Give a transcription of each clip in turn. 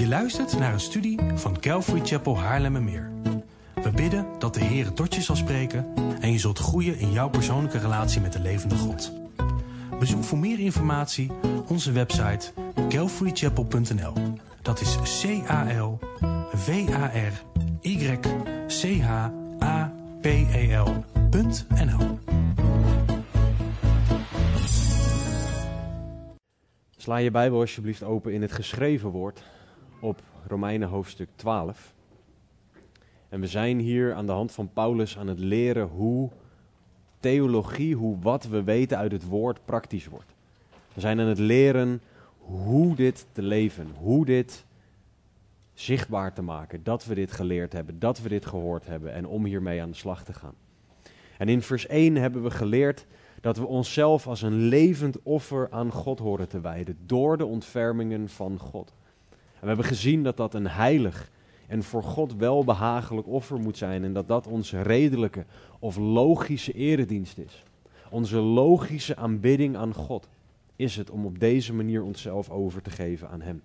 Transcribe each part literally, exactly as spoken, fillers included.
luistert naar een studie van Calvary Chapel Haarlemmermeer. We bidden dat de Heer tot je zal spreken en je zult groeien in jouw persoonlijke relatie met de levende God. Bezoek voor meer informatie onze website calvary chapel punt n l. Dat is C A L V A R Y C H A P E L punt n l. Sla je Bijbel alsjeblieft open in het geschreven woord op Romeinen hoofdstuk twaalf. En we zijn hier aan de hand van Paulus aan het leren hoe theologie, hoe wat we weten uit het woord praktisch wordt. We zijn aan het leren hoe dit te leven, hoe dit zichtbaar te maken, dat we dit geleerd hebben, dat we dit gehoord hebben en om hiermee aan de slag te gaan. En in vers één hebben we geleerd dat we onszelf als een levend offer aan God horen te wijden door de ontfermingen van God. En we hebben gezien dat dat een heilig en voor God welbehagelijk offer moet zijn en dat dat onze redelijke of logische eredienst is. Onze logische aanbidding aan God is het om op deze manier onszelf over te geven aan Hem.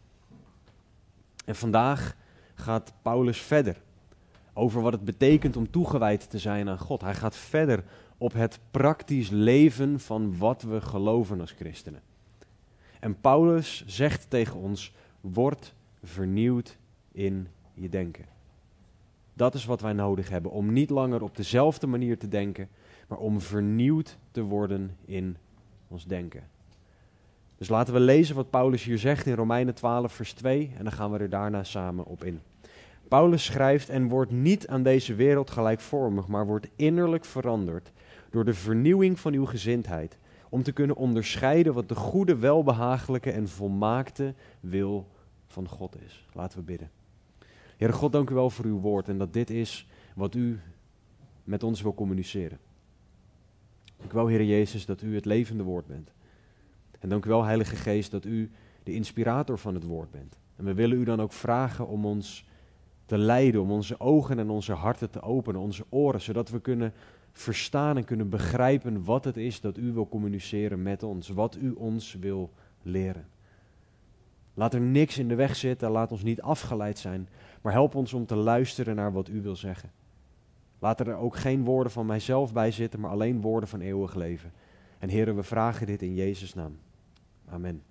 En vandaag gaat Paulus verder over wat het betekent om toegewijd te zijn aan God. Hij gaat verder op het praktisch leven van wat we geloven als christenen. En Paulus zegt tegen ons, word vernieuwd in je denken. Dat is wat wij nodig hebben, om niet langer op dezelfde manier te denken, maar om vernieuwd te worden in ons denken. Dus laten we lezen wat Paulus hier zegt in Romeinen twaalf vers twee en dan gaan we er daarna samen op in. Paulus schrijft, en wordt niet aan deze wereld gelijkvormig, maar wordt innerlijk veranderd door de vernieuwing van uw gezindheid, om te kunnen onderscheiden wat de goede, welbehagelijke en volmaakte wil van God is. Laten we bidden. Heere God, dank u wel voor uw woord en dat dit is wat u met ons wil communiceren. Dank u wel, Heere Jezus, dat u het levende woord bent. En dank u wel, Heilige Geest, dat u de inspirator van het woord bent. En we willen u dan ook vragen om ons te leiden, om onze ogen en onze harten te openen, onze oren, zodat we kunnen verstaan en kunnen begrijpen wat het is dat u wil communiceren met ons, wat u ons wil leren. Laat er niks in de weg zitten, laat ons niet afgeleid zijn, maar help ons om te luisteren naar wat u wil zeggen. Laat er ook geen woorden van mijzelf bij zitten, maar alleen woorden van eeuwig leven. En Heere, we vragen dit in Jezus' naam. Amen.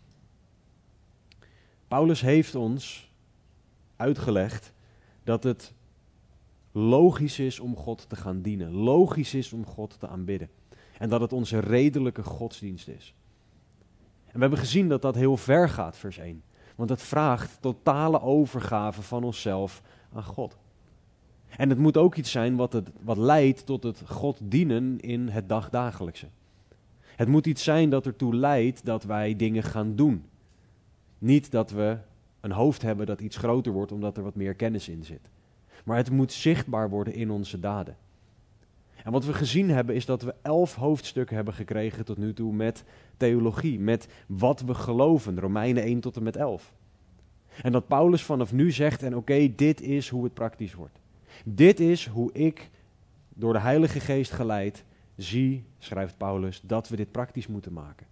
Paulus heeft ons uitgelegd dat het logisch is om God te gaan dienen. Logisch is om God te aanbidden. En dat het onze redelijke godsdienst is. En we hebben gezien dat dat heel ver gaat, vers één. Want het vraagt totale overgave van onszelf aan God. En het moet ook iets zijn wat, het, wat leidt tot het God dienen in het dagdagelijkse. Het moet iets zijn dat ertoe leidt dat wij dingen gaan doen. Niet dat we een hoofd hebben dat iets groter wordt omdat er wat meer kennis in zit. Maar het moet zichtbaar worden in onze daden. En wat we gezien hebben is dat we elf hoofdstukken hebben gekregen tot nu toe met theologie, met wat we geloven, Romeinen één tot en met elf. En dat Paulus vanaf nu zegt, en oké, okay, dit is hoe het praktisch wordt. Dit is hoe ik, door de Heilige Geest geleid, zie, schrijft Paulus, dat we dit praktisch moeten maken.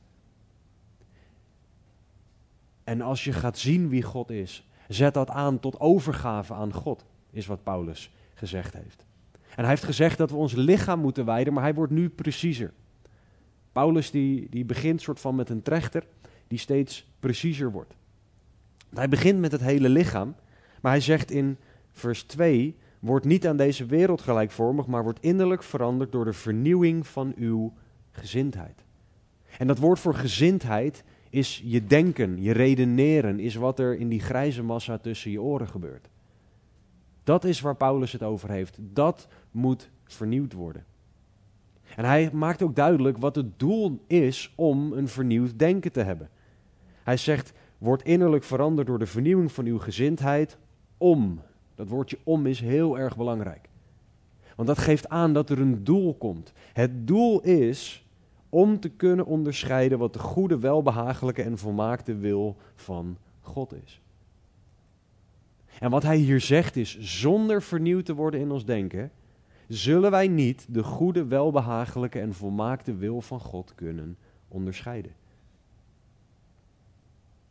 En als je gaat zien wie God is, zet dat aan tot overgave aan God, is wat Paulus gezegd heeft. En hij heeft gezegd dat we ons lichaam moeten wijden, maar hij wordt nu preciezer. Paulus die, die begint soort van met een trechter die steeds preciezer wordt. Hij begint met het hele lichaam, maar hij zegt in vers twee, wordt niet aan deze wereld gelijkvormig, maar wordt innerlijk veranderd door de vernieuwing van uw gezindheid. En dat woord voor gezindheid is je denken, je redeneren, is wat er in die grijze massa tussen je oren gebeurt. Dat is waar Paulus het over heeft. Dat moet vernieuwd worden. En hij maakt ook duidelijk wat het doel is om een vernieuwd denken te hebben. Hij zegt, word innerlijk veranderd door de vernieuwing van uw gezindheid om. Dat woordje om is heel erg belangrijk. Want dat geeft aan dat er een doel komt. Het doel is om te kunnen onderscheiden wat de goede, welbehagelijke en volmaakte wil van God is. En wat hij hier zegt is, zonder vernieuwd te worden in ons denken, zullen wij niet de goede, welbehagelijke en volmaakte wil van God kunnen onderscheiden.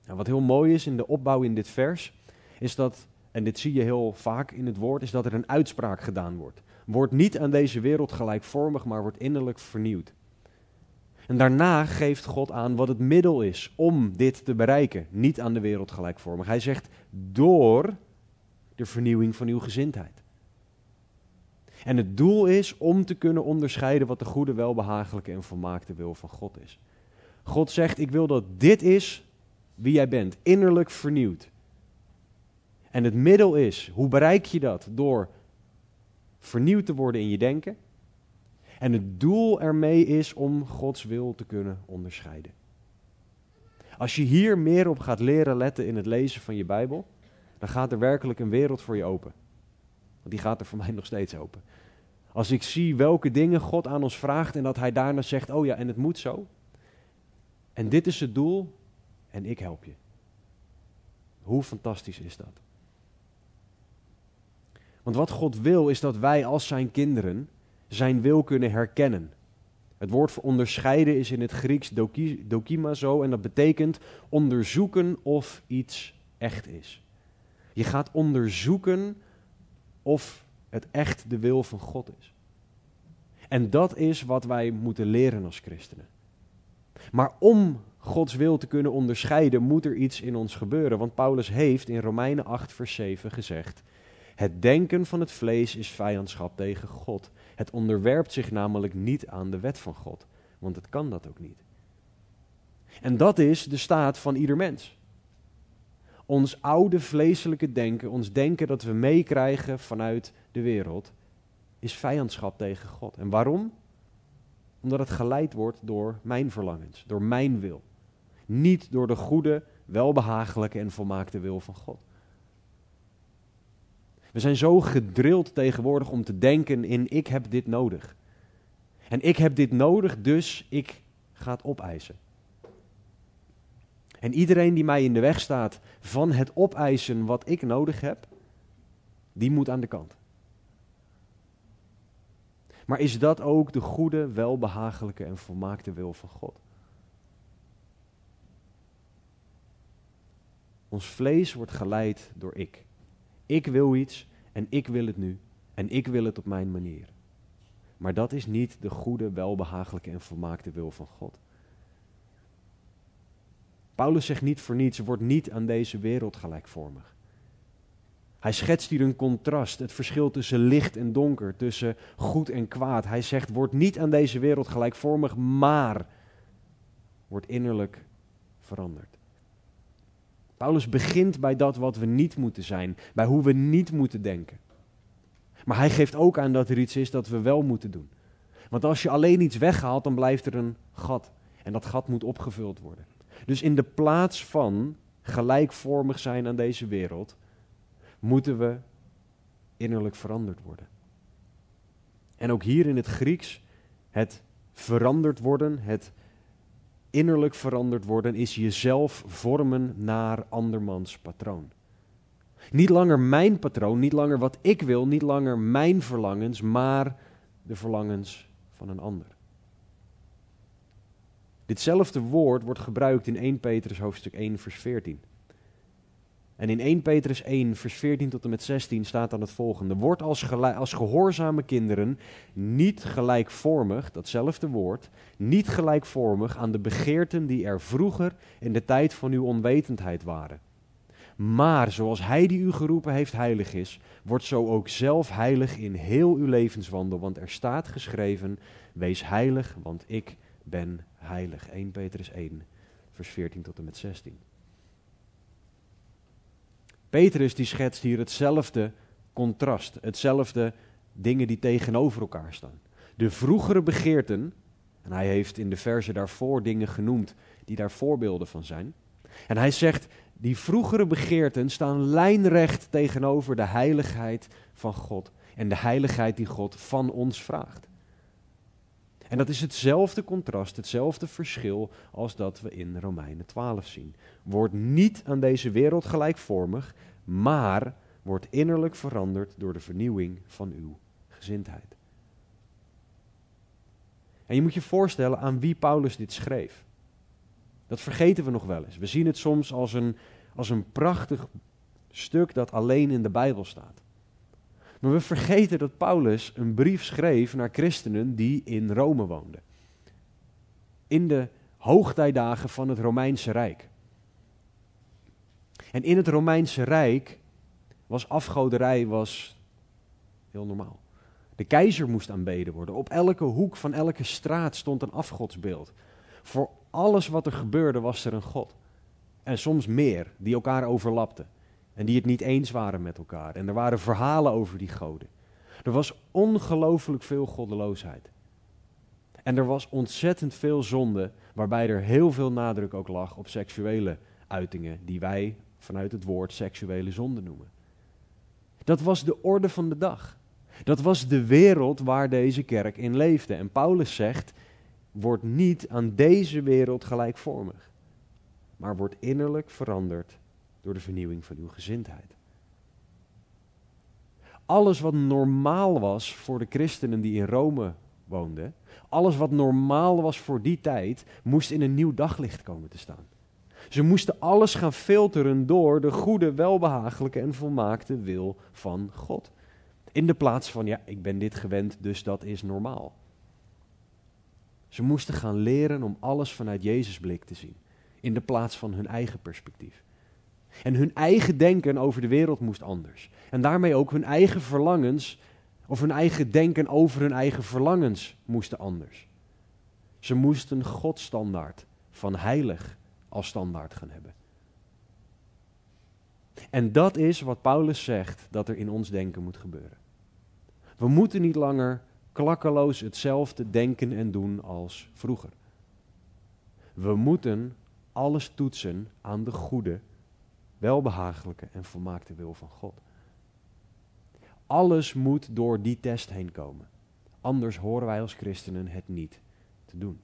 Nou, wat heel mooi is in de opbouw in dit vers, is dat, en dit zie je heel vaak in het woord, is dat er een uitspraak gedaan wordt. Wordt niet aan deze wereld gelijkvormig, maar wordt innerlijk vernieuwd. En daarna geeft God aan wat het middel is om dit te bereiken. Niet aan de wereld gelijkvormig. Hij zegt door de vernieuwing van uw gezindheid. En het doel is om te kunnen onderscheiden wat de goede, welbehagelijke en volmaakte wil van God is. God zegt, ik wil dat dit is wie jij bent, innerlijk vernieuwd. En het middel is, hoe bereik je dat? Door vernieuwd te worden in je denken. En het doel ermee is om Gods wil te kunnen onderscheiden. Als je hier meer op gaat leren letten in het lezen van je Bijbel, dan gaat er werkelijk een wereld voor je open. Want die gaat er voor mij nog steeds open. Als ik zie welke dingen God aan ons vraagt en dat hij daarna zegt, oh ja, en het moet zo. En dit is het doel en ik help je. Hoe fantastisch is dat? Want wat God wil is dat wij als zijn kinderen zijn wil kunnen herkennen. Het woord voor onderscheiden is in het Grieks doki, dokimazo en dat betekent onderzoeken of iets echt is. Je gaat onderzoeken of het echt de wil van God is. En dat is wat wij moeten leren als christenen. Maar om Gods wil te kunnen onderscheiden, moet er iets in ons gebeuren. Want Paulus heeft in Romeinen acht vers zeven gezegd, het denken van het vlees is vijandschap tegen God. Het onderwerpt zich namelijk niet aan de wet van God. Want het kan dat ook niet. En dat is de staat van ieder mens. Ons oude vleeselijke denken, ons denken dat we meekrijgen vanuit de wereld, is vijandschap tegen God. En waarom? Omdat het geleid wordt door mijn verlangens, door mijn wil. Niet door de goede, welbehagelijke en volmaakte wil van God. We zijn zo gedrild tegenwoordig om te denken in ik heb dit nodig. En ik heb dit nodig, dus ik ga het opeisen. En iedereen die mij in de weg staat van het opeisen wat ik nodig heb, die moet aan de kant. Maar is dat ook de goede, welbehagelijke en volmaakte wil van God? Ons vlees wordt geleid door ik. Ik wil iets en ik wil het nu en ik wil het op mijn manier. Maar dat is niet de goede, welbehagelijke en volmaakte wil van God. Paulus zegt niet voor niets, word niet aan deze wereld gelijkvormig. Hij schetst hier een contrast, het verschil tussen licht en donker, tussen goed en kwaad. Hij zegt, word niet aan deze wereld gelijkvormig, maar word innerlijk veranderd. Paulus begint bij dat wat we niet moeten zijn, bij hoe we niet moeten denken. Maar hij geeft ook aan dat er iets is dat we wel moeten doen. Want als je alleen iets weghaalt, dan blijft er een gat. En dat gat moet opgevuld worden. Dus in de plaats van gelijkvormig zijn aan deze wereld, moeten we innerlijk veranderd worden. En ook hier in het Grieks, het veranderd worden, het innerlijk veranderd worden, is jezelf vormen naar andermans patroon. Niet langer mijn patroon, niet langer wat ik wil, niet langer mijn verlangens, maar de verlangens van een ander. Ditzelfde woord wordt gebruikt in eerste Petrus hoofdstuk één vers veertien. En in eerste Petrus één vers veertien tot en met zestien staat dan het volgende. Word als, gelijk, als gehoorzame kinderen niet gelijkvormig, datzelfde woord, niet gelijkvormig aan de begeerten die er vroeger in de tijd van uw onwetendheid waren. Maar zoals hij die u geroepen heeft heilig is, wordt zo ook zelf heilig in heel uw levenswandel. Want er staat geschreven, wees heilig, want ik ben heilig. eerste Petrus één vers veertien tot en met zestien. Petrus die schetst hier hetzelfde contrast, hetzelfde dingen die tegenover elkaar staan. De vroegere begeerten, en hij heeft in de verzen daarvoor dingen genoemd die daar voorbeelden van zijn. En hij zegt, die vroegere begeerten staan lijnrecht tegenover de heiligheid van God en de heiligheid die God van ons vraagt. En dat is hetzelfde contrast, hetzelfde verschil als dat we in Romeinen twaalf zien. Word niet aan deze wereld gelijkvormig, maar word innerlijk veranderd door de vernieuwing van uw gezindheid. En je moet je voorstellen aan wie Paulus dit schreef. Dat vergeten we nog wel eens. We zien het soms als een, als een prachtig stuk dat alleen in de Bijbel staat. Maar we vergeten dat Paulus een brief schreef naar christenen die in Rome woonden. In de hoogtijdagen van het Romeinse Rijk. En in het Romeinse Rijk was afgoderij was heel normaal. De keizer moest aanbeden worden. Op elke hoek van elke straat stond een afgodsbeeld. Voor alles wat er gebeurde was er een god. En soms meer, die elkaar overlapten. En die het niet eens waren met elkaar. En er waren verhalen over die goden. Er was ongelooflijk veel goddeloosheid. En er was ontzettend veel zonde, waarbij er heel veel nadruk ook lag op seksuele uitingen, die wij vanuit het woord seksuele zonde noemen. Dat was de orde van de dag. Dat was de wereld waar deze kerk in leefde. En Paulus zegt, word niet aan deze wereld gelijkvormig, maar word innerlijk veranderd door de vernieuwing van uw gezindheid. Alles wat normaal was voor de christenen die in Rome woonden, alles wat normaal was voor die tijd, moest in een nieuw daglicht komen te staan. Ze moesten alles gaan filteren door de goede, welbehagelijke en volmaakte wil van God. In de plaats van, ja, ik ben dit gewend, dus dat is normaal. Ze moesten gaan leren om alles vanuit Jezus' blik te zien, in de plaats van hun eigen perspectief. En hun eigen denken over de wereld moest anders. En daarmee ook hun eigen verlangens, of hun eigen denken over hun eigen verlangens moesten anders. Ze moesten Gods standaard van heilig als standaard gaan hebben. En dat is wat Paulus zegt dat er in ons denken moet gebeuren. We moeten niet langer klakkeloos hetzelfde denken en doen als vroeger. We moeten alles toetsen aan de goede, welbehagelijke en volmaakte wil van God. Alles moet door die test heen komen. Anders horen wij als christenen het niet te doen.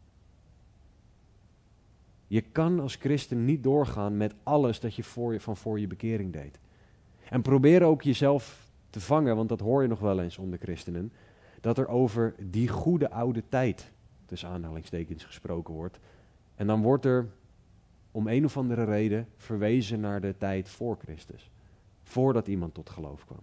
Je kan als christen niet doorgaan met alles dat je, voor je van voor je bekering deed. En probeer ook jezelf te vangen, want dat hoor je nog wel eens onder christenen, dat er over die goede oude tijd, tussen aanhalingstekens, gesproken wordt. En dan wordt er om een of andere reden verwezen naar de tijd voor Christus. Voordat iemand tot geloof kwam.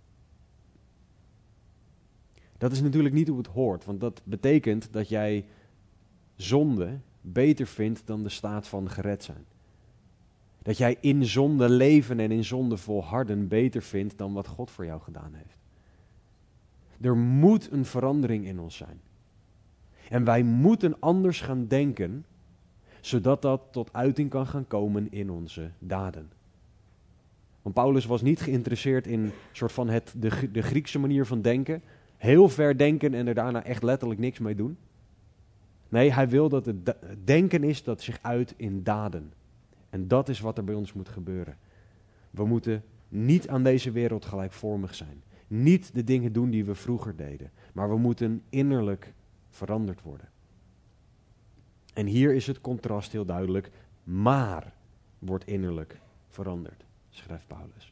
Dat is natuurlijk niet hoe het hoort, want dat betekent dat jij zonde beter vindt dan de staat van gered zijn. Dat jij in zonde leven en in zonde volharden beter vindt dan wat God voor jou gedaan heeft. Er moet een verandering in ons zijn. En wij moeten anders gaan denken, zodat dat tot uiting kan gaan komen in onze daden. Want Paulus was niet geïnteresseerd in soort van het, de, de Griekse manier van denken. Heel ver denken en er daarna echt letterlijk niks mee doen. Nee, hij wil dat het denken is dat zich uit in daden. En dat is wat er bij ons moet gebeuren. We moeten niet aan deze wereld gelijkvormig zijn. Niet de dingen doen die we vroeger deden. Maar we moeten innerlijk veranderd worden. En hier is het contrast heel duidelijk. Maar wordt innerlijk veranderd, schrijft Paulus.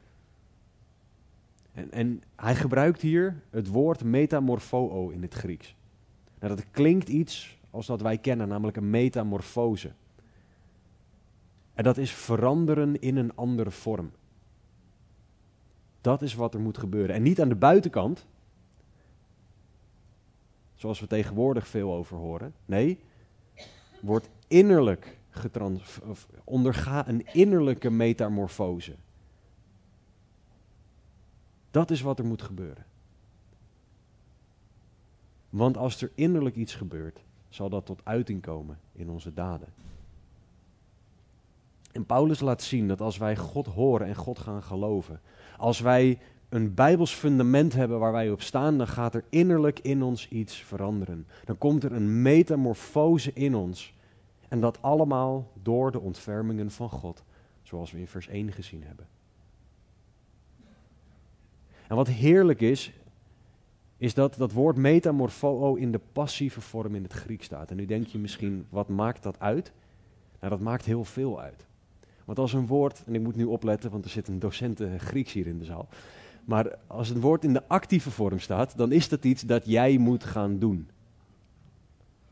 En, en hij gebruikt hier het woord metamorpho in het Grieks. Nou, dat klinkt iets als dat wij kennen, namelijk een metamorfose. En dat is veranderen in een andere vorm. Dat is wat er moet gebeuren. En niet aan de buitenkant, zoals we tegenwoordig veel over horen. Nee, wordt innerlijk getrans, of onderga een innerlijke metamorfose. Dat is wat er moet gebeuren. Want als er innerlijk iets gebeurt, zal dat tot uiting komen in onze daden. En Paulus laat zien dat als wij God horen en God gaan geloven, als wij een Bijbels fundament hebben waar wij op staan, dan gaat er innerlijk in ons iets veranderen. Dan komt er een metamorfose in ons. En dat allemaal door de ontfermingen van God, zoals we in vers één gezien hebben. En wat heerlijk is, is dat dat woord metamorpho in de passieve vorm in het Grieks staat. En nu denk je misschien, wat maakt dat uit? Nou, dat maakt heel veel uit. Want als een woord, en ik moet nu opletten, want er zit een docent Grieks hier in de zaal. Maar als een woord in de actieve vorm staat, dan is dat iets dat jij moet gaan doen.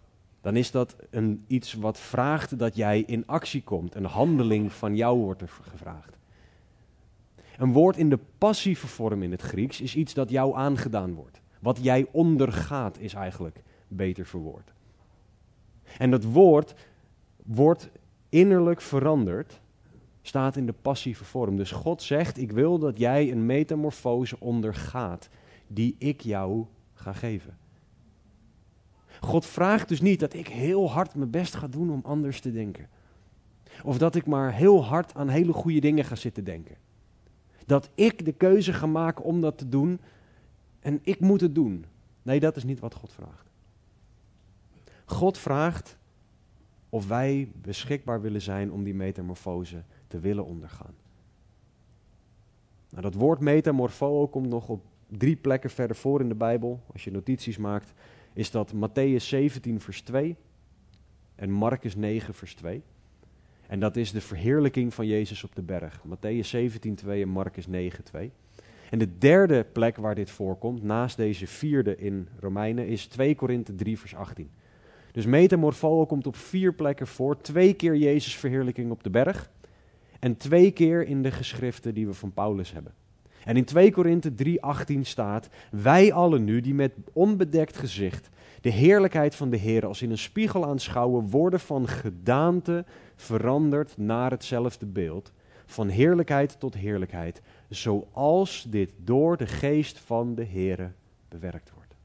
dan is dat een, iets wat vraagt dat jij in actie komt. Een handeling van jou wordt er gevraagd. Een woord in de passieve vorm in het Grieks is iets dat jou aangedaan wordt. Wat jij ondergaat is eigenlijk beter verwoord. En dat woord wordt innerlijk veranderd, staat in de passieve vorm. Dus God zegt, ik wil dat jij een metamorfose ondergaat die ik jou ga geven. God vraagt dus niet dat ik heel hard mijn best ga doen om anders te denken. Of dat ik maar heel hard aan hele goede dingen ga zitten denken. Dat ik de keuze ga maken om dat te doen en ik moet het doen. Nee, dat is niet wat God vraagt. God vraagt of wij beschikbaar willen zijn om die metamorfose te willen ondergaan. Nou, dat woord metamorfo komt nog op drie plekken verder voor in de Bijbel. Als je notities maakt, is dat Matthäus zeventien vers twee en Marcus negen vers twee. En dat is de verheerlijking van Jezus op de berg. Matthäus zeventien twee en Marcus negen twee. En de derde plek waar dit voorkomt, naast deze vierde in Romeinen, is twee Korinthe drie vers achttien. Dus metamorfo komt op vier plekken voor. Twee keer Jezus' verheerlijking op de berg. En twee keer in de geschriften die we van Paulus hebben. En in twee Korinthe drie achttien staat, wij allen nu die met onbedekt gezicht de heerlijkheid van de Heer als in een spiegel aanschouwen, worden van gedaante veranderd naar hetzelfde beeld, van heerlijkheid tot heerlijkheid, zoals dit door de geest van de Heere bewerkt wordt.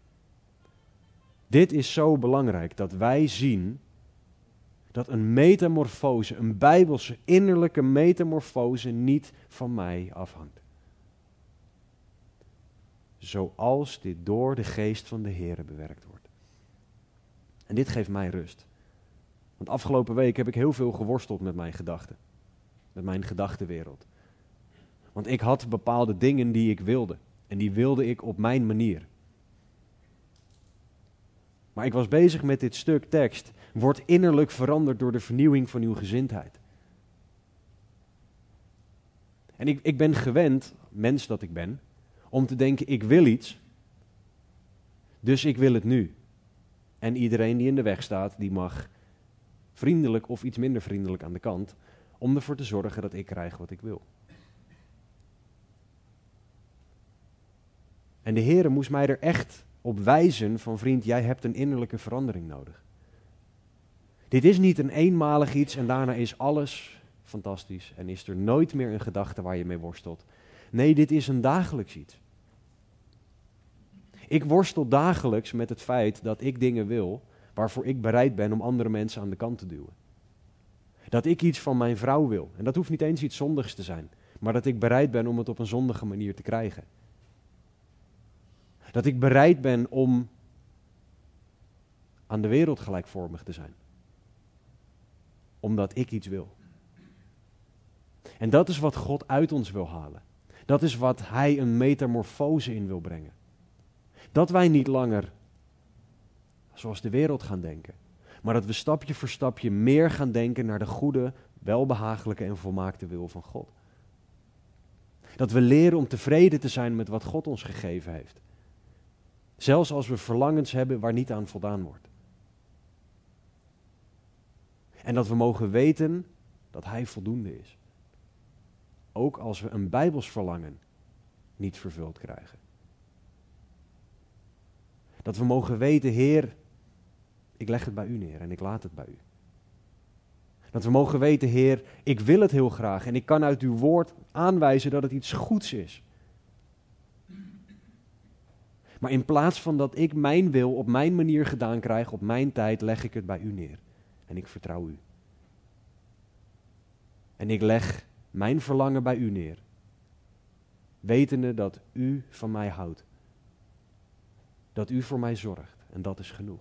Dit is zo belangrijk dat wij zien dat een metamorfose, een bijbelse innerlijke metamorfose niet van mij afhangt. Zoals dit door de geest van de Heere bewerkt wordt. En dit geeft mij rust. Want afgelopen week heb ik heel veel geworsteld met mijn gedachten. Met mijn gedachtenwereld. Want ik had bepaalde dingen die ik wilde. En die wilde ik op mijn manier. Maar ik was bezig met dit stuk tekst. Wordt innerlijk veranderd door de vernieuwing van uw gezindheid. En ik, ik ben gewend, mens dat ik ben, om te denken, ik wil iets, dus ik wil het nu. En iedereen die in de weg staat, die mag vriendelijk of iets minder vriendelijk aan de kant, om ervoor te zorgen dat ik krijg wat ik wil. En de Heere moest mij er echt op wijzen van, vriend, jij hebt een innerlijke verandering nodig. Dit is niet een eenmalig iets en daarna is alles fantastisch en is er nooit meer een gedachte waar je mee worstelt. Nee, dit is een dagelijks iets. Ik worstel dagelijks met het feit dat ik dingen wil waarvoor ik bereid ben om andere mensen aan de kant te duwen. Dat ik iets van mijn vrouw wil. En dat hoeft niet eens iets zondigs te zijn. Maar dat ik bereid ben om het op een zondige manier te krijgen. Dat ik bereid ben om aan de wereld gelijkvormig te zijn. Omdat ik iets wil. En dat is wat God uit ons wil halen. Dat is wat Hij een metamorfose in wil brengen. Dat wij niet langer zoals de wereld gaan denken. Maar dat we stapje voor stapje meer gaan denken naar de goede, welbehagelijke en volmaakte wil van God. Dat we leren om tevreden te zijn met wat God ons gegeven heeft. Zelfs als we verlangens hebben waar niet aan voldaan wordt. En dat we mogen weten dat Hij voldoende is. Ook als we een Bijbels verlangen niet vervuld krijgen. Dat we mogen weten, Heer, ik leg het bij u neer en ik laat het bij u. Dat we mogen weten, Heer, ik wil het heel graag en ik kan uit uw woord aanwijzen dat het iets goeds is. Maar in plaats van dat ik mijn wil op mijn manier gedaan krijg, op mijn tijd, leg ik het bij u neer. En ik vertrouw u. En ik leg mijn verlangen bij u neer. Wetende dat u van mij houdt. Dat u voor mij zorgt. En dat is genoeg.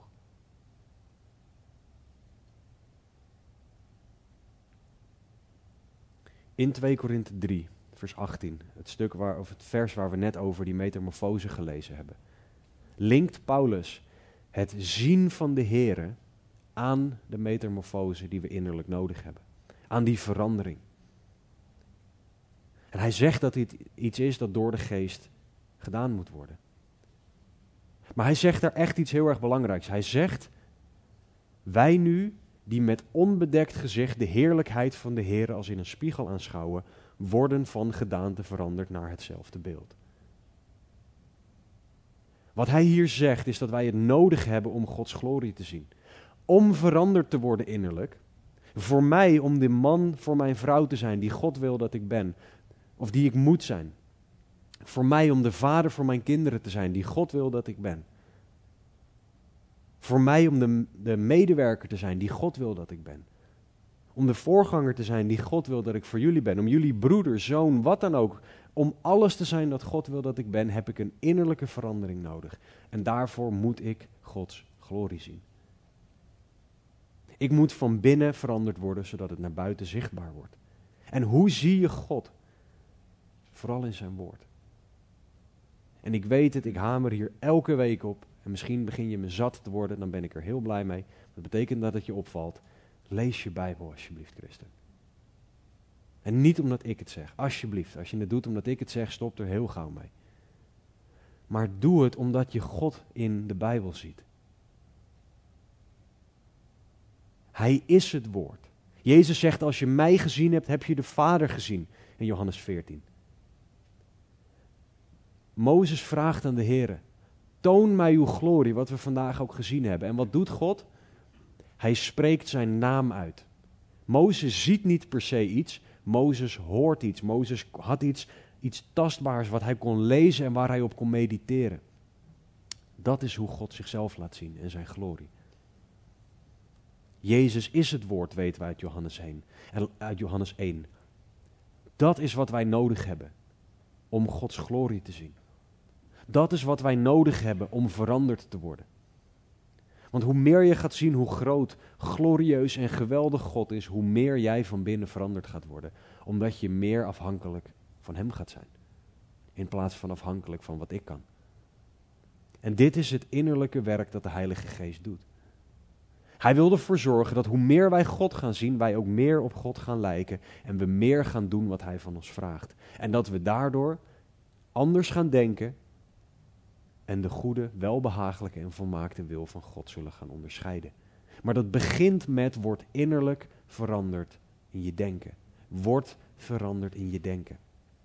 In twee Korinthe drie, vers achttien, het stuk waar, of het vers waar we net over die metamorfose gelezen hebben, linkt Paulus het zien van de Heere aan de metamorfose die we innerlijk nodig hebben. Aan die verandering. En hij zegt dat dit iets is dat door de geest gedaan moet worden. Maar hij zegt daar echt iets heel erg belangrijks. Hij zegt Wij nu, die met onbedekt gezicht de heerlijkheid van de Heer als in een spiegel aanschouwen, worden van gedaante veranderd naar hetzelfde beeld. Wat hij hier zegt is dat wij het nodig hebben om Gods glorie te zien. Om veranderd te worden innerlijk. Voor mij om de man voor mijn vrouw te zijn die God wil dat ik ben. Of die ik moet zijn. Voor mij om de vader voor mijn kinderen te zijn die God wil dat ik ben. Voor mij om de, de medewerker te zijn die God wil dat ik ben. Om de voorganger te zijn die God wil dat ik voor jullie ben. Om jullie broeder, zoon, wat dan ook. Om alles te zijn dat God wil dat ik ben, heb ik een innerlijke verandering nodig. En daarvoor moet ik Gods glorie zien. Ik moet van binnen veranderd worden, zodat het naar buiten zichtbaar wordt. En hoe zie je God? Vooral in zijn woord. En ik weet het, ik hamer hier elke week op. En misschien begin je me zat te worden, dan ben ik er heel blij mee. Dat betekent dat het je opvalt. Lees je Bijbel alsjeblieft, christen. En niet omdat ik het zeg, alsjeblieft. Als je het doet omdat ik het zeg, stop er heel gauw mee. Maar doe het omdat je God in de Bijbel ziet. Hij is het woord. Jezus zegt, als je mij gezien hebt, heb je de Vader gezien. In Johannes veertien. Mozes vraagt aan de Heere, toon mij uw glorie, wat we vandaag ook gezien hebben. En wat doet God? Hij spreekt zijn naam uit. Mozes ziet niet per se iets, Mozes hoort iets. Mozes had iets, iets tastbaars wat hij kon lezen en waar hij op kon mediteren. Dat is hoe God zichzelf laat zien en zijn glorie. Jezus is het woord, weten wij uit Johannes één. Uit Johannes één. Dat is wat wij nodig hebben om Gods glorie te zien. Dat is wat wij nodig hebben om veranderd te worden. Want hoe meer je gaat zien hoe groot, glorieus en geweldig God is, hoe meer jij van binnen veranderd gaat worden. Omdat je meer afhankelijk van hem gaat zijn. In plaats van afhankelijk van wat ik kan. En dit is het innerlijke werk dat de Heilige Geest doet. Hij wil ervoor zorgen dat hoe meer wij God gaan zien, wij ook meer op God gaan lijken. En we meer gaan doen wat hij van ons vraagt. En dat we daardoor anders gaan denken en de goede, welbehagelijke en volmaakte wil van God zullen gaan onderscheiden. Maar dat begint met, word innerlijk veranderd in je denken. Word veranderd in je denken.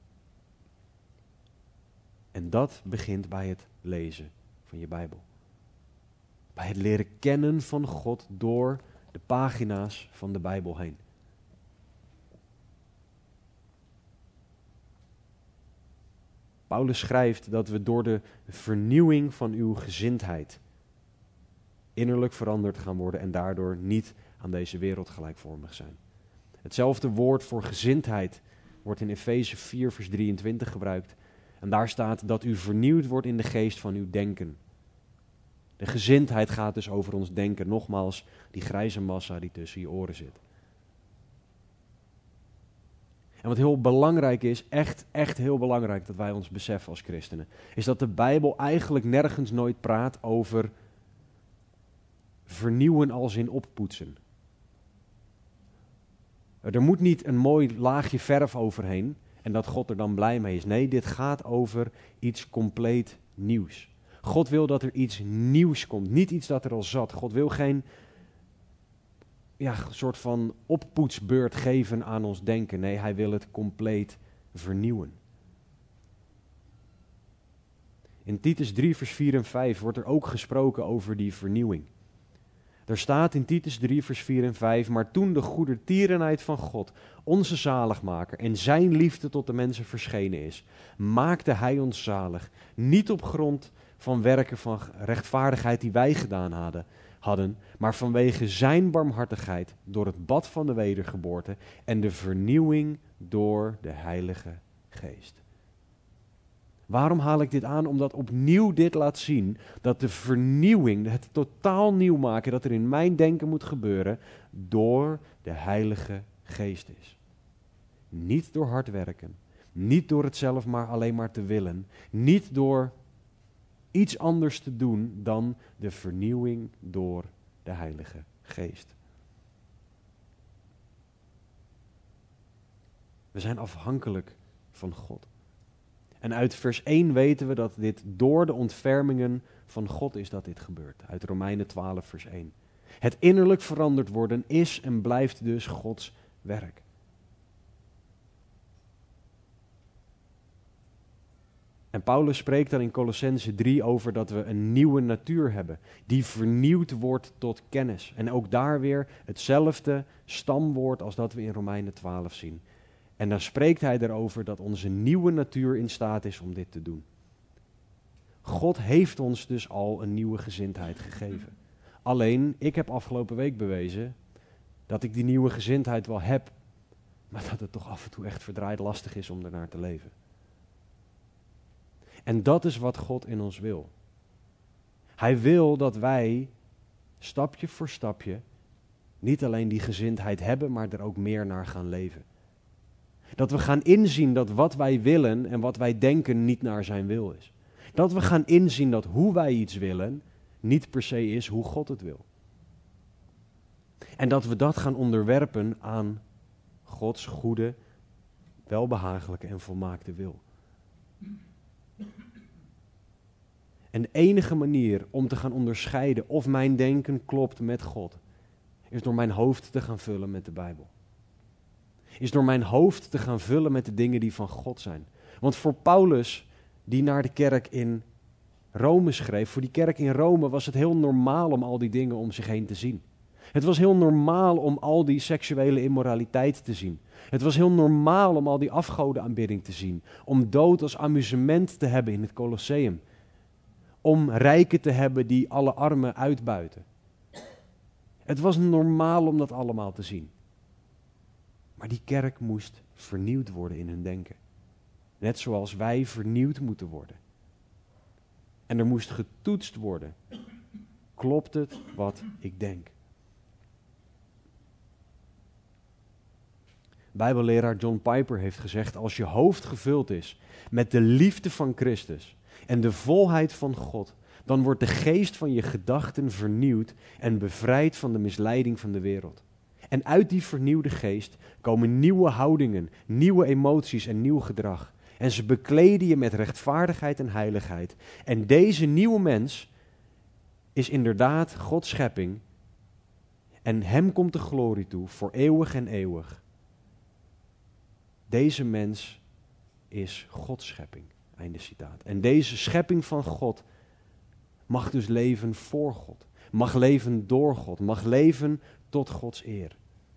En dat begint bij het lezen van je Bijbel. Bij het leren kennen van God door de pagina's van de Bijbel heen. Paulus schrijft dat we door de vernieuwing van uw gezindheid innerlijk veranderd gaan worden en daardoor niet aan deze wereld gelijkvormig zijn. Hetzelfde woord voor gezindheid wordt in Efeze vier vers drieëntwintig gebruikt. En daar staat dat u vernieuwd wordt in de geest van uw denken. De gezindheid gaat dus over ons denken. Nogmaals, die grijze massa die tussen je oren zit. En wat heel belangrijk is, echt, echt heel belangrijk dat wij ons beseffen als christenen, is dat de Bijbel eigenlijk nergens nooit praat over vernieuwen als in oppoetsen. Er moet niet een mooi laagje verf overheen en dat God er dan blij mee is. Nee, dit gaat over iets compleet nieuws. God wil dat er iets nieuws komt, niet iets dat er al zat. God wil geen ja, soort van oppoetsbeurt geven aan ons denken. Nee, hij wil het compleet vernieuwen. In Titus drie vers vier en vijf wordt er ook gesproken over die vernieuwing. Er staat in Titus drie vers vier en vijf, maar toen de goedertierenheid van God, onze zaligmaker en zijn liefde tot de mensen verschenen is, maakte hij ons zalig, niet op grond van werken van rechtvaardigheid die wij gedaan hadden, hadden, maar vanwege zijn barmhartigheid door het bad van de wedergeboorte en de vernieuwing door de Heilige Geest. Waarom haal ik dit aan? Omdat opnieuw dit laat zien dat de vernieuwing, het totaal nieuw maken dat er in mijn denken moet gebeuren, door de Heilige Geest is. Niet door hard werken, niet door het zelf maar alleen maar te willen, niet door iets anders te doen dan de vernieuwing door de Heilige Geest. We zijn afhankelijk van God. En uit vers één weten we dat dit door de ontfermingen van God is dat dit gebeurt. Uit Romeinen twaalf vers één. Het innerlijk veranderd worden is en blijft dus Gods werk. En Paulus spreekt dan in Kolossenzen drie over dat we een nieuwe natuur hebben, die vernieuwd wordt tot kennis. En ook daar weer hetzelfde stamwoord als dat we in Romeinen twaalf zien. En dan spreekt hij erover dat onze nieuwe natuur in staat is om dit te doen. God heeft ons dus al een nieuwe gezindheid gegeven. Alleen, ik heb afgelopen week bewezen dat ik die nieuwe gezindheid wel heb, maar dat het toch af en toe echt verdraaid lastig is om ernaar te leven. En dat is wat God in ons wil. Hij wil dat wij stapje voor stapje niet alleen die gezindheid hebben, maar er ook meer naar gaan leven. Dat we gaan inzien dat wat wij willen en wat wij denken niet naar zijn wil is. Dat we gaan inzien dat hoe wij iets willen niet per se is hoe God het wil. En dat we dat gaan onderwerpen aan Gods goede, welbehagelijke en volmaakte wil. En de enige manier om te gaan onderscheiden of mijn denken klopt met God, is door mijn hoofd te gaan vullen met de Bijbel. Is door mijn hoofd te gaan vullen met de dingen die van God zijn. Want voor Paulus, die naar de kerk in Rome schreef, voor die kerk in Rome was het heel normaal om al die dingen om zich heen te zien. Het was heel normaal om al die seksuele immoraliteit te zien. Het was heel normaal om al die afgodenaanbidding te zien. Om dood als amusement te hebben in het Colosseum. Om rijken te hebben die alle armen uitbuiten. Het was normaal om dat allemaal te zien. Maar die kerk moest vernieuwd worden in hun denken. Net zoals wij vernieuwd moeten worden. En er moest getoetst worden. Klopt het wat ik denk? Bijbelleraar John Piper heeft gezegd, als je hoofd gevuld is met de liefde van Christus en de volheid van God, dan wordt de geest van je gedachten vernieuwd en bevrijd van de misleiding van de wereld. En uit die vernieuwde geest komen nieuwe houdingen, nieuwe emoties en nieuw gedrag. En ze bekleden je met rechtvaardigheid en heiligheid. En deze nieuwe mens is inderdaad Gods schepping. En hem komt de glorie toe voor eeuwig en eeuwig. Deze mens is Gods schepping. Einde citaat. En deze schepping van God mag dus leven voor God. Mag leven door God. Mag leven tot Gods eer.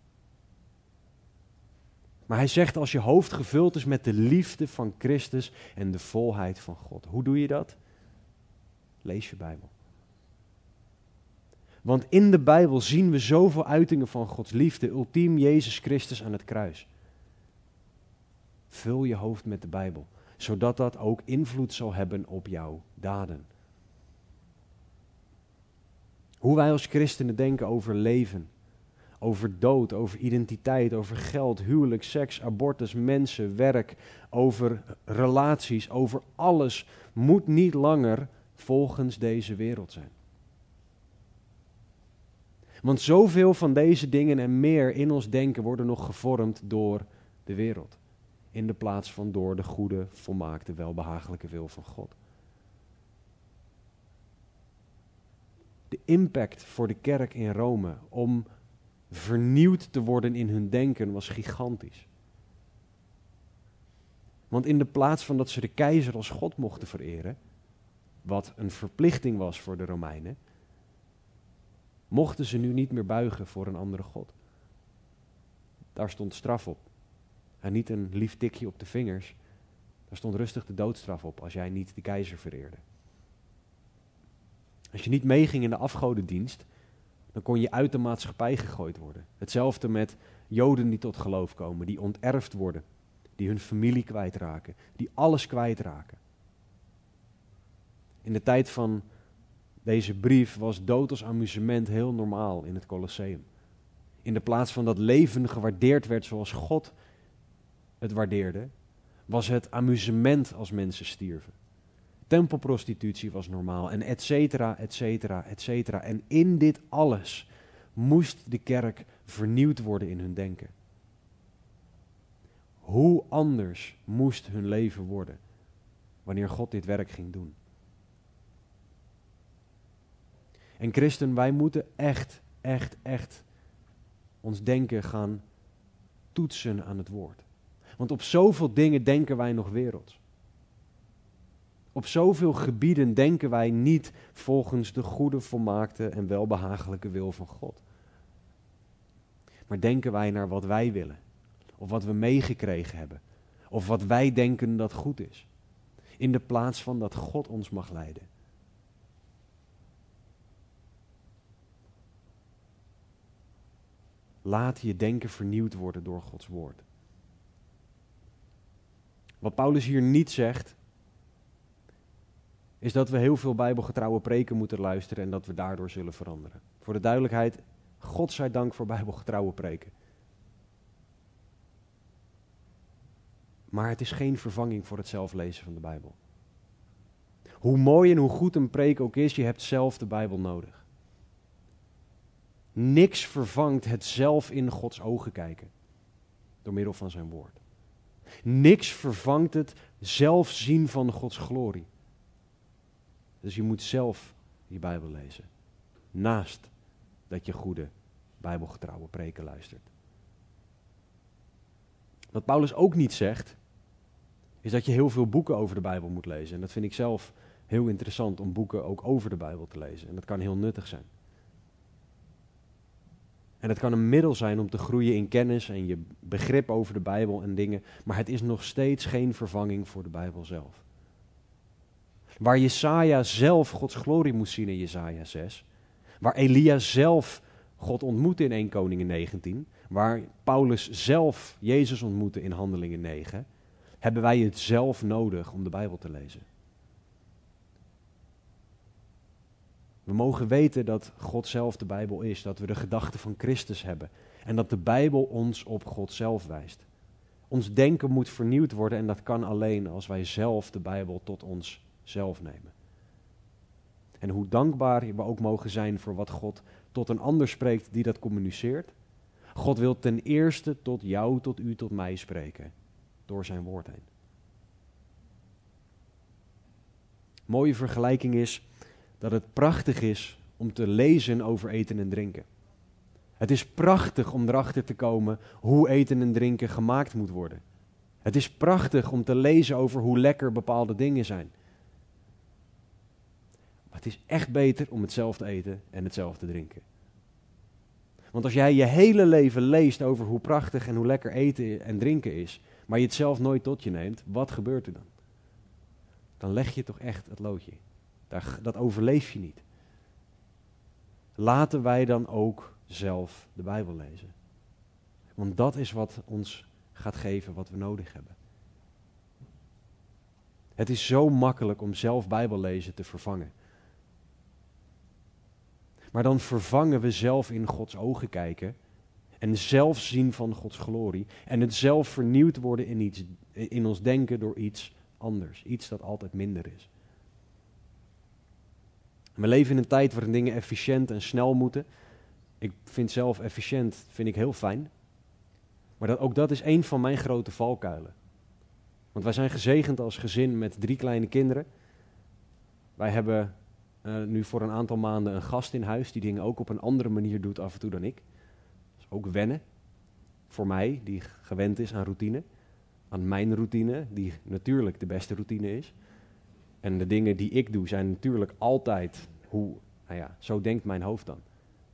Maar hij zegt, als je hoofd gevuld is met de liefde van Christus en de volheid van God. Hoe doe je dat? Lees je Bijbel. Want in de Bijbel zien we zoveel uitingen van Gods liefde, ultiem Jezus Christus aan het kruis. Vul je hoofd met de Bijbel, zodat dat ook invloed zal hebben op jouw daden. Hoe wij als christenen denken over leven, over dood, over identiteit, over geld, huwelijk, seks, abortus, mensen, werk, over relaties, over alles, moet niet langer volgens deze wereld zijn. Want zoveel van deze dingen en meer in ons denken worden nog gevormd door de wereld. In de plaats van door de goede, volmaakte, welbehagelijke wil van God. De impact voor de kerk in Rome om vernieuwd te worden in hun denken was gigantisch. Want in de plaats van dat ze de keizer als God mochten vereren, wat een verplichting was voor de Romeinen, mochten ze nu niet meer buigen voor een andere God. Daar stond straf op. En niet een lief tikje op de vingers. Daar stond rustig de doodstraf op als jij niet de keizer vereerde. Als je niet meeging in de afgodendienst, dan kon je uit de maatschappij gegooid worden. Hetzelfde met Joden die tot geloof komen, die onterfd worden, die hun familie kwijtraken, die alles kwijtraken. In de tijd van deze brief was dood als amusement heel normaal in het Colosseum. In de plaats van dat leven gewaardeerd werd zoals God het waardeerde, was het amusement als mensen stierven. Tempelprostitutie was normaal en et cetera, et cetera, et cetera. En in dit alles moest de kerk vernieuwd worden in hun denken. Hoe anders moest hun leven worden wanneer God dit werk ging doen? En christen, wij moeten echt echt, echt ons denken gaan toetsen aan het woord. Want op zoveel dingen denken wij nog werelds. Op zoveel gebieden denken wij niet volgens de goede, volmaakte en welbehagelijke wil van God. Maar denken wij naar wat wij willen. Of wat we meegekregen hebben. Of wat wij denken dat goed is. In de plaats van dat God ons mag leiden. Laat je denken vernieuwd worden door Gods woord. Wat Paulus hier niet zegt, is dat we heel veel bijbelgetrouwe preken moeten luisteren en dat we daardoor zullen veranderen. Voor de duidelijkheid, God zij dank voor bijbelgetrouwe preken. Maar het is geen vervanging voor het zelf lezen van de Bijbel. Hoe mooi en hoe goed een preek ook is, je hebt zelf de Bijbel nodig. Niks vervangt het zelf in Gods ogen kijken. Door middel van zijn woord. Niks vervangt het zelf zien van Gods glorie. Dus je moet zelf je Bijbel lezen. Naast dat je goede bijbelgetrouwe preken luistert. Wat Paulus ook niet zegt, is dat je heel veel boeken over de Bijbel moet lezen. En dat vind ik zelf heel interessant om boeken ook over de Bijbel te lezen. En dat kan heel nuttig zijn. En het kan een middel zijn om te groeien in kennis en je begrip over de Bijbel en dingen. Maar het is nog steeds geen vervanging voor de Bijbel zelf. Waar Jesaja zelf Gods glorie moest zien in Jesaja zes. Waar Elia zelf God ontmoette in eerste Koningen negentien. Waar Paulus zelf Jezus ontmoette in Handelingen negen. Hebben wij het zelf nodig om de Bijbel te lezen. We mogen weten dat God zelf de Bijbel is. Dat we de gedachten van Christus hebben. En dat de Bijbel ons op God zelf wijst. Ons denken moet vernieuwd worden en dat kan alleen als wij zelf de Bijbel tot ons zelf nemen. En hoe dankbaar we ook mogen zijn voor wat God tot een ander spreekt die dat communiceert. God wil ten eerste tot jou, tot u, tot mij spreken. Door zijn woord heen. Mooie vergelijking is dat het prachtig is om te lezen over eten en drinken. Het is prachtig om erachter te komen hoe eten en drinken gemaakt moet worden. Het is prachtig om te lezen over hoe lekker bepaalde dingen zijn. Maar het is echt beter om hetzelfde eten en hetzelfde drinken. Want als jij je hele leven leest over hoe prachtig en hoe lekker eten en drinken is, maar je het zelf nooit tot je neemt, wat gebeurt er dan? Dan leg je toch echt het loodje. Daar, dat overleef je niet. Laten wij dan ook zelf de Bijbel lezen. Want dat is wat ons gaat geven wat we nodig hebben. Het is zo makkelijk om zelf Bijbel lezen te vervangen. Maar dan vervangen we zelf in Gods ogen kijken en zelf zien van Gods glorie en het zelf vernieuwd worden in, iets, in ons denken door iets anders. Iets dat altijd minder is. We leven in een tijd waarin dingen efficiënt en snel moeten. Ik vind zelf efficiënt vind ik heel fijn. Maar dat, ook dat is een van mijn grote valkuilen. Want wij zijn gezegend als gezin met drie kleine kinderen. Wij hebben uh, nu voor een aantal maanden een gast in huis die dingen ook op een andere manier doet af en toe dan ik. Dat is ook wennen. Voor mij, die gewend is aan routine. Aan mijn routine, die natuurlijk de beste routine is. En de dingen die ik doe zijn natuurlijk altijd hoe, nou ja, zo denkt mijn hoofd dan.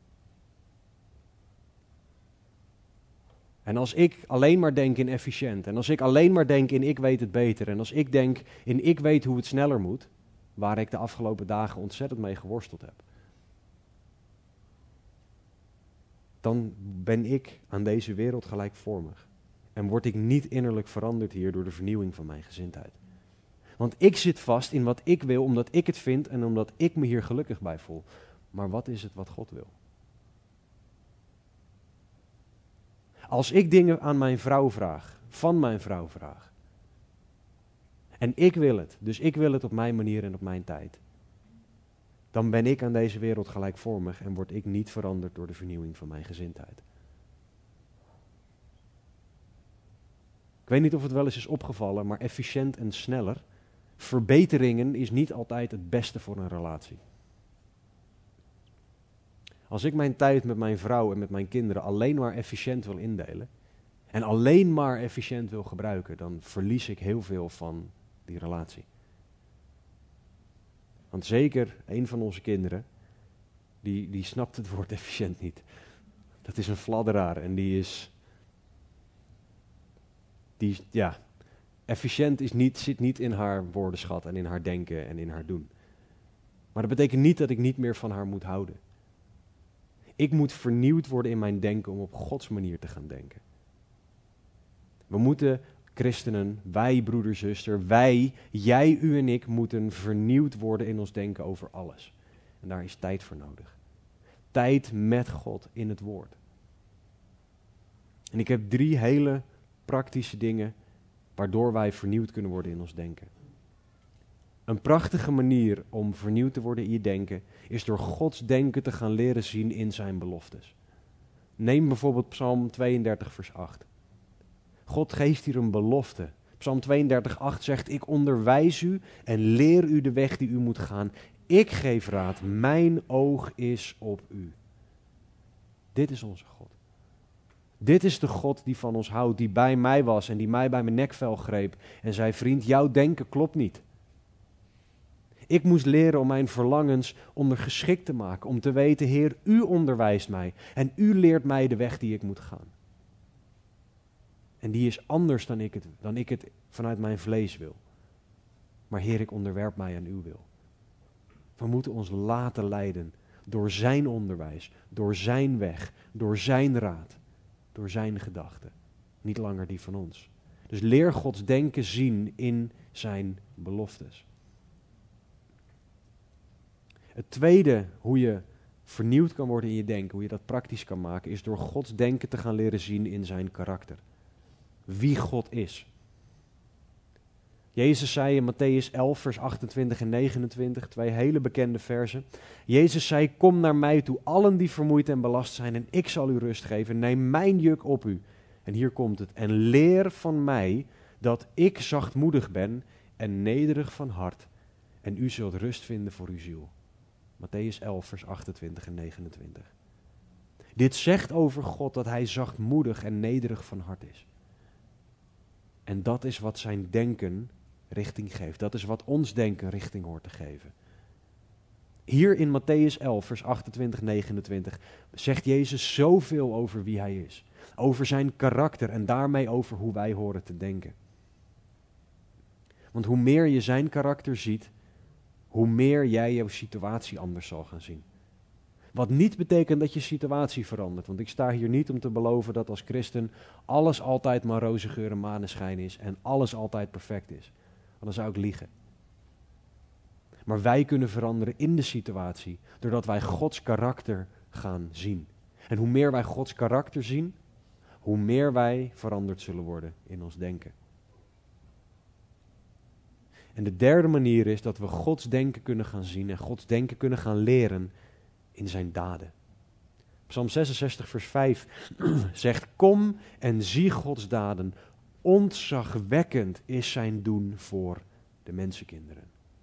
En als ik alleen maar denk in efficiënt, en als ik alleen maar denk in ik weet het beter, en als ik denk in ik weet hoe het sneller moet, waar ik de afgelopen dagen ontzettend mee geworsteld heb, dan ben ik aan deze wereld gelijkvormig. En word ik niet innerlijk veranderd hier door de vernieuwing van mijn gezindheid. Want ik zit vast in wat ik wil, omdat ik het vind en omdat ik me hier gelukkig bij voel. Maar wat is het wat God wil? Als ik dingen aan mijn vrouw vraag, van mijn vrouw vraag, en ik wil het, dus ik wil het op mijn manier en op mijn tijd, dan ben ik aan deze wereld gelijkvormig en word ik niet veranderd door de vernieuwing van mijn gezindheid. Ik weet niet of het wel eens is opgevallen, maar efficiënt en sneller, verbeteringen is niet altijd het beste voor een relatie. Als ik mijn tijd met mijn vrouw en met mijn kinderen alleen maar efficiënt wil indelen en alleen maar efficiënt wil gebruiken, dan verlies ik heel veel van die relatie. Want zeker een van onze kinderen, die, die snapt het woord efficiënt niet. Dat is een fladderaar en die is, die, ja, efficiënt is niet, zit niet in haar woordenschat en in haar denken en in haar doen. Maar dat betekent niet dat ik niet meer van haar moet houden. Ik moet vernieuwd worden in mijn denken om op Gods manier te gaan denken. We moeten, christenen, wij broeder, zuster, wij, jij, u en ik, moeten vernieuwd worden in ons denken over alles. En daar is tijd voor nodig. Tijd met God in het woord. En ik heb drie hele praktische dingen waardoor wij vernieuwd kunnen worden in ons denken. Een prachtige manier om vernieuwd te worden in je denken is door Gods denken te gaan leren zien in zijn beloftes. Neem bijvoorbeeld Psalm tweeëndertig vers acht. God geeft hier een belofte. Psalm tweeëndertig acht zegt, ik onderwijs u en leer u de weg die u moet gaan. Ik geef raad, mijn oog is op u. Dit is onze God. Dit is de God die van ons houdt, die bij mij was en die mij bij mijn nekvel greep en zei, vriend, jouw denken klopt niet. Ik moest leren om mijn verlangens ondergeschikt te maken, om te weten, Heer, u onderwijst mij en u leert mij de weg die ik moet gaan. En die is anders dan ik het, dan ik het vanuit mijn vlees wil. Maar Heer, ik onderwerp mij aan uw wil. We moeten ons laten leiden door zijn onderwijs, door zijn weg, door zijn raad, door zijn gedachten. Niet langer die van ons. Dus leer Gods denken zien in zijn beloftes. Het tweede, hoe je vernieuwd kan worden in je denken, hoe je dat praktisch kan maken, is door Gods denken te gaan leren zien in zijn karakter. Wie God is. Jezus zei in Mattheüs elf, vers achtentwintig en negenentwintig, twee hele bekende versen. Jezus zei, kom naar mij toe, allen die vermoeid en belast zijn, en ik zal u rust geven. Neem mijn juk op u. En hier komt het. En leer van mij dat ik zachtmoedig ben en nederig van hart. En u zult rust vinden voor uw ziel. Mattheüs elf, vers achtentwintig en negenentwintig. Dit zegt over God dat hij zachtmoedig en nederig van hart is. En dat is wat zijn denken richting geeft. Dat is wat ons denken richting hoort te geven. Hier in Mattheüs elf, vers achtentwintig, negenentwintig zegt Jezus zoveel over wie hij is. Over zijn karakter en daarmee over hoe wij horen te denken. Want hoe meer je zijn karakter ziet, hoe meer jij jouw situatie anders zal gaan zien. Wat niet betekent dat je situatie verandert. Want ik sta hier niet om te beloven dat als christen alles altijd maar roze geur en maneschijn is en alles altijd perfect is. Want dan zou ik liegen. Maar wij kunnen veranderen in de situatie doordat wij Gods karakter gaan zien. En hoe meer wij Gods karakter zien, hoe meer wij veranderd zullen worden in ons denken. En de derde manier is dat we Gods denken kunnen gaan zien en Gods denken kunnen gaan leren in zijn daden. Psalm zesenzestig vers vijf zegt, kom en zie Gods daden. Ontzagwekkend is zijn doen voor de mensenkinderen.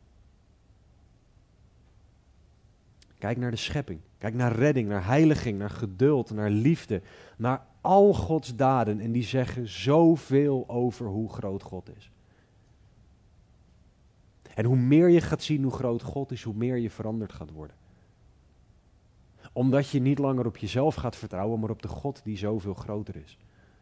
Kijk naar de schepping. Kijk naar redding, naar heiliging, naar geduld, naar liefde. Naar al Gods daden. En die zeggen zoveel over hoe groot God is. En hoe meer je gaat zien hoe groot God is, hoe meer je veranderd gaat worden. Omdat je niet langer op jezelf gaat vertrouwen, maar op de God die zoveel groter is.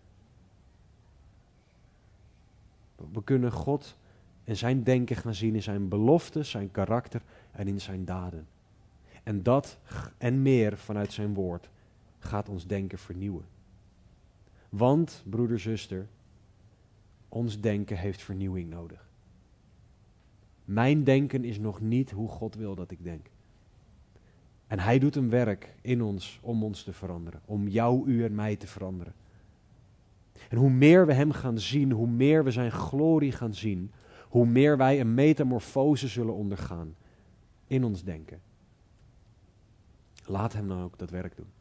We kunnen God en zijn denken gaan zien in zijn beloftes, zijn karakter en in zijn daden. En dat en meer vanuit zijn woord gaat ons denken vernieuwen. Want, broeder, zuster, ons denken heeft vernieuwing nodig. Mijn denken is nog niet hoe God wil dat ik denk. En hij doet een werk in ons om ons te veranderen. Om jou, u en mij te veranderen. En hoe meer we hem gaan zien, hoe meer we zijn glorie gaan zien, hoe meer wij een metamorfose zullen ondergaan in ons denken. Laat hem dan ook dat werk doen.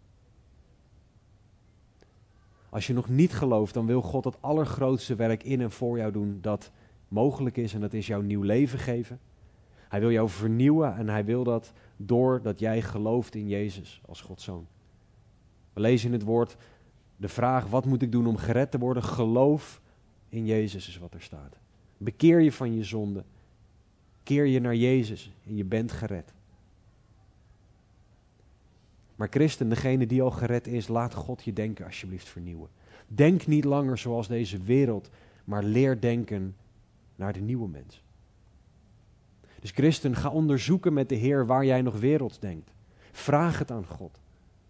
Als je nog niet gelooft, dan wil God het allergrootste werk in en voor jou doen dat mogelijk is. En dat is jouw nieuw leven geven. Hij wil jou vernieuwen en hij wil dat doordat jij gelooft in Jezus als Gods Zoon. We lezen in het woord de vraag, wat moet ik doen om gered te worden? Geloof in Jezus is wat er staat. Bekeer je van je zonde. Keer je naar Jezus en je bent gered. Maar christen, degene die al gered is, laat God je denken alsjeblieft vernieuwen. Denk niet langer zoals deze wereld, maar leer denken naar de nieuwe mens. Dus christen, ga onderzoeken met de Heer waar jij nog werelds denkt. Vraag het aan God.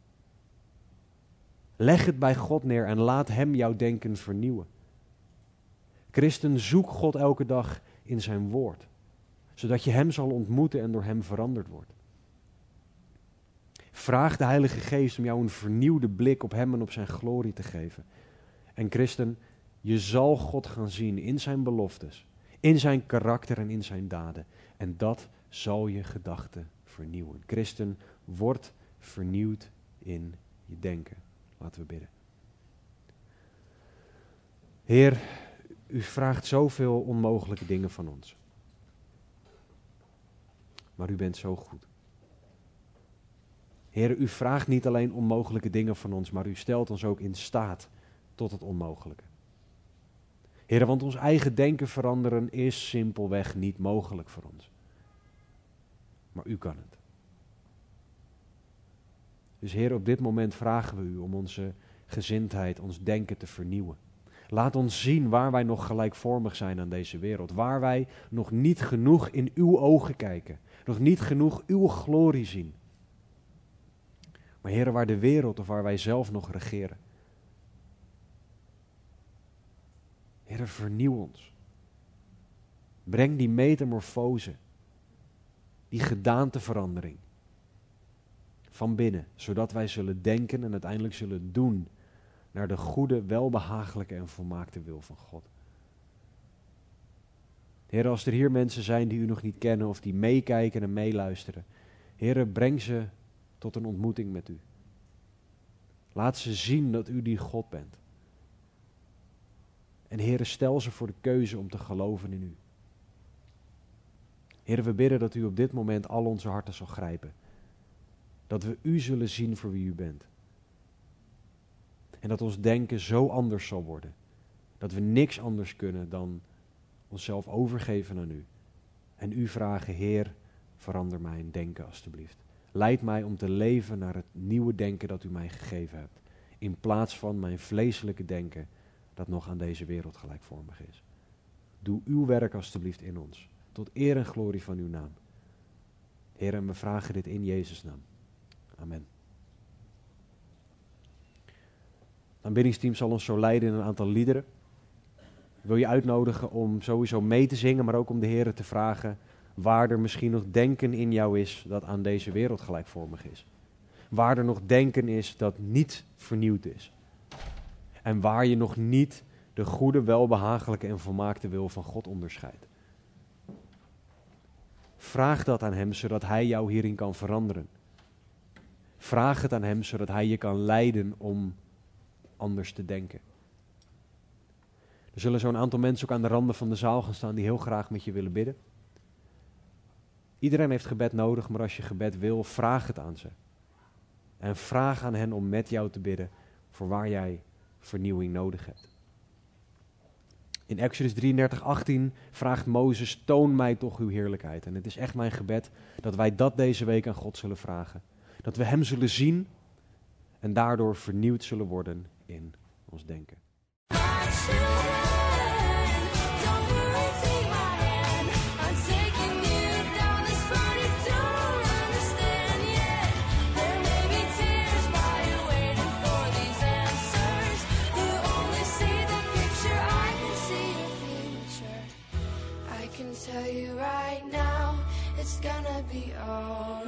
Leg het bij God neer en laat Hem jouw denken vernieuwen. Christen, zoek God elke dag in zijn woord, zodat je Hem zal ontmoeten en door Hem veranderd wordt. Vraag de Heilige Geest om jou een vernieuwde blik op Hem en op zijn glorie te geven. En christen, je zal God gaan zien in zijn beloftes, in zijn karakter en in zijn daden. En dat zal je gedachten vernieuwen. Christen, word vernieuwd in je denken. Laten we bidden. Heer, u vraagt zoveel onmogelijke dingen van ons. Maar u bent zo goed. Heer, u vraagt niet alleen onmogelijke dingen van ons, maar u stelt ons ook in staat tot het onmogelijke. Heer, want ons eigen denken veranderen is simpelweg niet mogelijk voor ons. Maar u kan het. Dus Heer, op dit moment vragen we u om onze gezindheid, ons denken te vernieuwen. Laat ons zien waar wij nog gelijkvormig zijn aan deze wereld. Waar wij nog niet genoeg in uw ogen kijken. Nog niet genoeg uw glorie zien. Maar Heer, waar de wereld of waar wij zelf nog regeren. Heer, vernieuw ons. Breng die metamorfose, die gedaanteverandering van binnen, zodat wij zullen denken en uiteindelijk zullen doen naar de goede, welbehagelijke en volmaakte wil van God. Heer, als er hier mensen zijn die u nog niet kennen of die meekijken en meeluisteren, Heer, breng ze tot een ontmoeting met u. Laat ze zien dat u die God bent. En Heer, stel ze voor de keuze om te geloven in u. Heer, we bidden dat u op dit moment al onze harten zal grijpen. Dat we u zullen zien voor wie u bent. En dat ons denken zo anders zal worden. Dat we niks anders kunnen dan onszelf overgeven aan u. En u vragen, Heer, verander mijn denken alstublieft. Leid mij om te leven naar het nieuwe denken dat u mij gegeven hebt. In plaats van mijn vleeselijke denken dat nog aan deze wereld gelijkvormig is. Doe uw werk alstublieft in ons. Tot eer en glorie van uw naam. Heer, en we vragen dit in Jezus' naam. Amen. Het aanbiddingsteam zal ons zo leiden in een aantal liederen. Ik wil je uitnodigen om sowieso mee te zingen, maar ook om de Heer te vragen waar er misschien nog denken in jou is dat aan deze wereld gelijkvormig is. Waar er nog denken is dat niet vernieuwd is. En waar je nog niet de goede, welbehagelijke en volmaakte wil van God onderscheidt. Vraag dat aan Hem, zodat Hij jou hierin kan veranderen. Vraag het aan Hem, zodat Hij je kan leiden om anders te denken. Er zullen zo'n aantal mensen ook aan de randen van de zaal gaan staan die heel graag met je willen bidden. Iedereen heeft gebed nodig, maar als je gebed wil, vraag het aan ze. En vraag aan hen om met jou te bidden voor waar jij vernieuwing nodig hebt. In Exodus drieëndertig, achttien vraagt Mozes, toon mij toch uw heerlijkheid. En het is echt mijn gebed dat wij dat deze week aan God zullen vragen. Dat we Hem zullen zien en daardoor vernieuwd zullen worden in ons denken. Tell you right now, it's gonna be all